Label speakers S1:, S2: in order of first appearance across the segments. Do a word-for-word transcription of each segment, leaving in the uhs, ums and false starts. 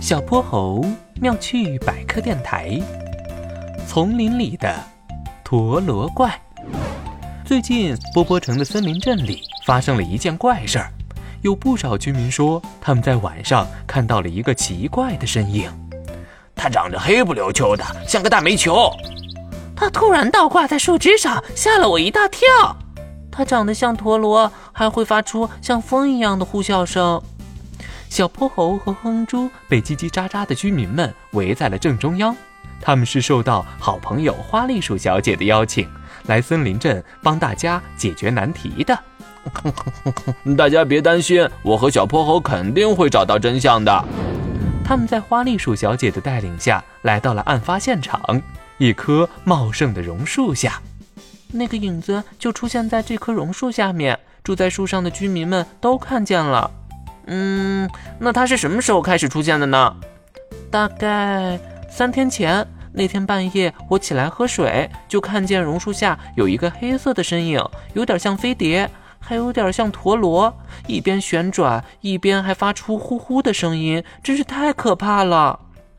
S1: 小泼猴妙趣百科电台，丛林里的陀螺怪。最近波波城的森林镇里发生了一件怪事儿，有不少居民说他们在晚上看到了一个奇怪的身影。
S2: 它长着黑不溜秋的，像个大煤球。
S3: 它突然倒挂在树枝上，吓了我一大跳。它长得像陀螺，还会发出像风一样的呼啸声。
S1: 小泼猴和哼猪被叽叽喳喳的居民们围在了正中央，他们是受到好朋友花栗鼠小姐的邀请，来森林镇帮大家解决难题的。
S2: 大家别担心，我和小泼猴肯定会找到真相的。
S1: 他们在花栗鼠小姐的带领下来到了案发现场，一棵茂盛的榕树下。
S3: 那个影子就出现在这棵榕树下面，住在树上的居民们都看见了。
S2: 嗯，那它是什么时候开始出现的呢？
S3: 大概三天前。那天半夜我起来喝水，就看见榕树下有一个黑色的身影，有点像飞碟，还有点像陀螺，一边旋转一边还发出呼呼的声音，真是太可怕了。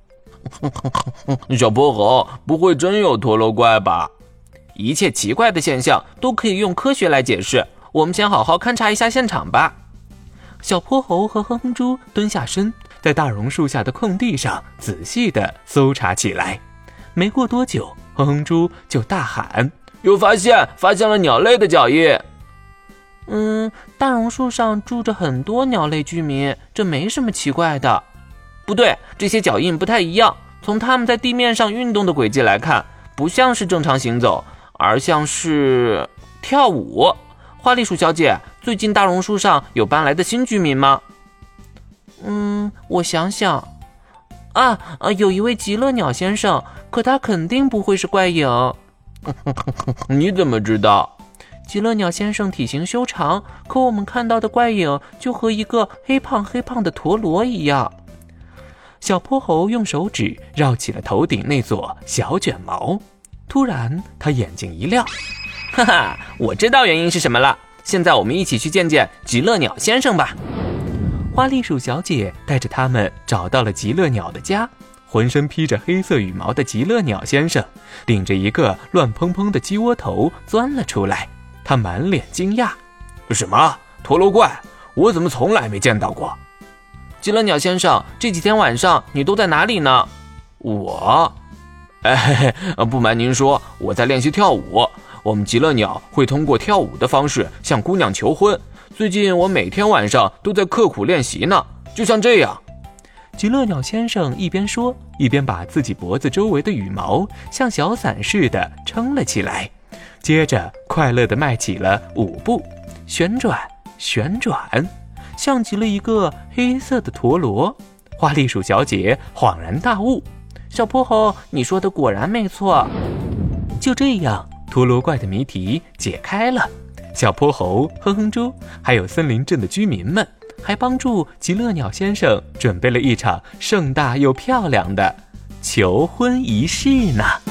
S2: 小泼猴，不会真有陀螺怪吧？
S3: 一切奇怪的现象都可以用科学来解释，我们先好好勘察一下现场吧。
S1: 小泼猴和哼哼猪蹲下身，在大榕树下的空地上仔细地搜查起来。没过多久，哼哼猪就大喊：
S2: 有发现，发现了鸟类的脚印。
S3: 嗯，大榕树上住着很多鸟类居民，这没什么奇怪的。不对，这些脚印不太一样，从它们在地面上运动的轨迹来看，不像是正常行走，而像是跳舞。花栗鼠小姐，最近大榕树上有搬来的新居民吗？嗯，我想想啊，啊，有一位极乐鸟先生，可他肯定不会是怪影。
S2: 你怎么知道？
S3: 极乐鸟先生体型修长，可我们看到的怪影就和一个黑胖黑胖的陀螺一样。
S1: 小泼猴用手指绕起了头顶那撮小卷毛，突然他眼睛一亮，
S3: 哈哈，我知道原因是什么了。现在我们一起去见见极乐鸟先生吧。
S1: 花栗鼠小姐带着他们找到了极乐鸟的家。浑身披着黑色羽毛的极乐鸟先生顶着一个乱蓬蓬的鸡窝头钻了出来，他满脸惊讶：
S2: 什么陀螺怪？我怎么从来没见到过？
S3: 极乐鸟先生，这几天晚上你都在哪里呢？
S2: 我哎嘿嘿，不瞒您说，我在练习跳舞。我们极乐鸟会通过跳舞的方式向姑娘求婚，最近我每天晚上都在刻苦练习呢，就像这样。
S1: 极乐鸟先生一边说，一边把自己脖子周围的羽毛像小伞似的撑了起来，接着快乐地迈起了舞步，旋转旋转，像极了一个黑色的陀螺。花栗鼠小姐恍然大悟：
S3: 小泼猴，你说的果然没错。
S1: 就这样，陀螺怪的谜题解开了。小泼猴、哼哼猪还有森林镇的居民们，还帮助极乐鸟先生准备了一场盛大又漂亮的求婚仪式呢。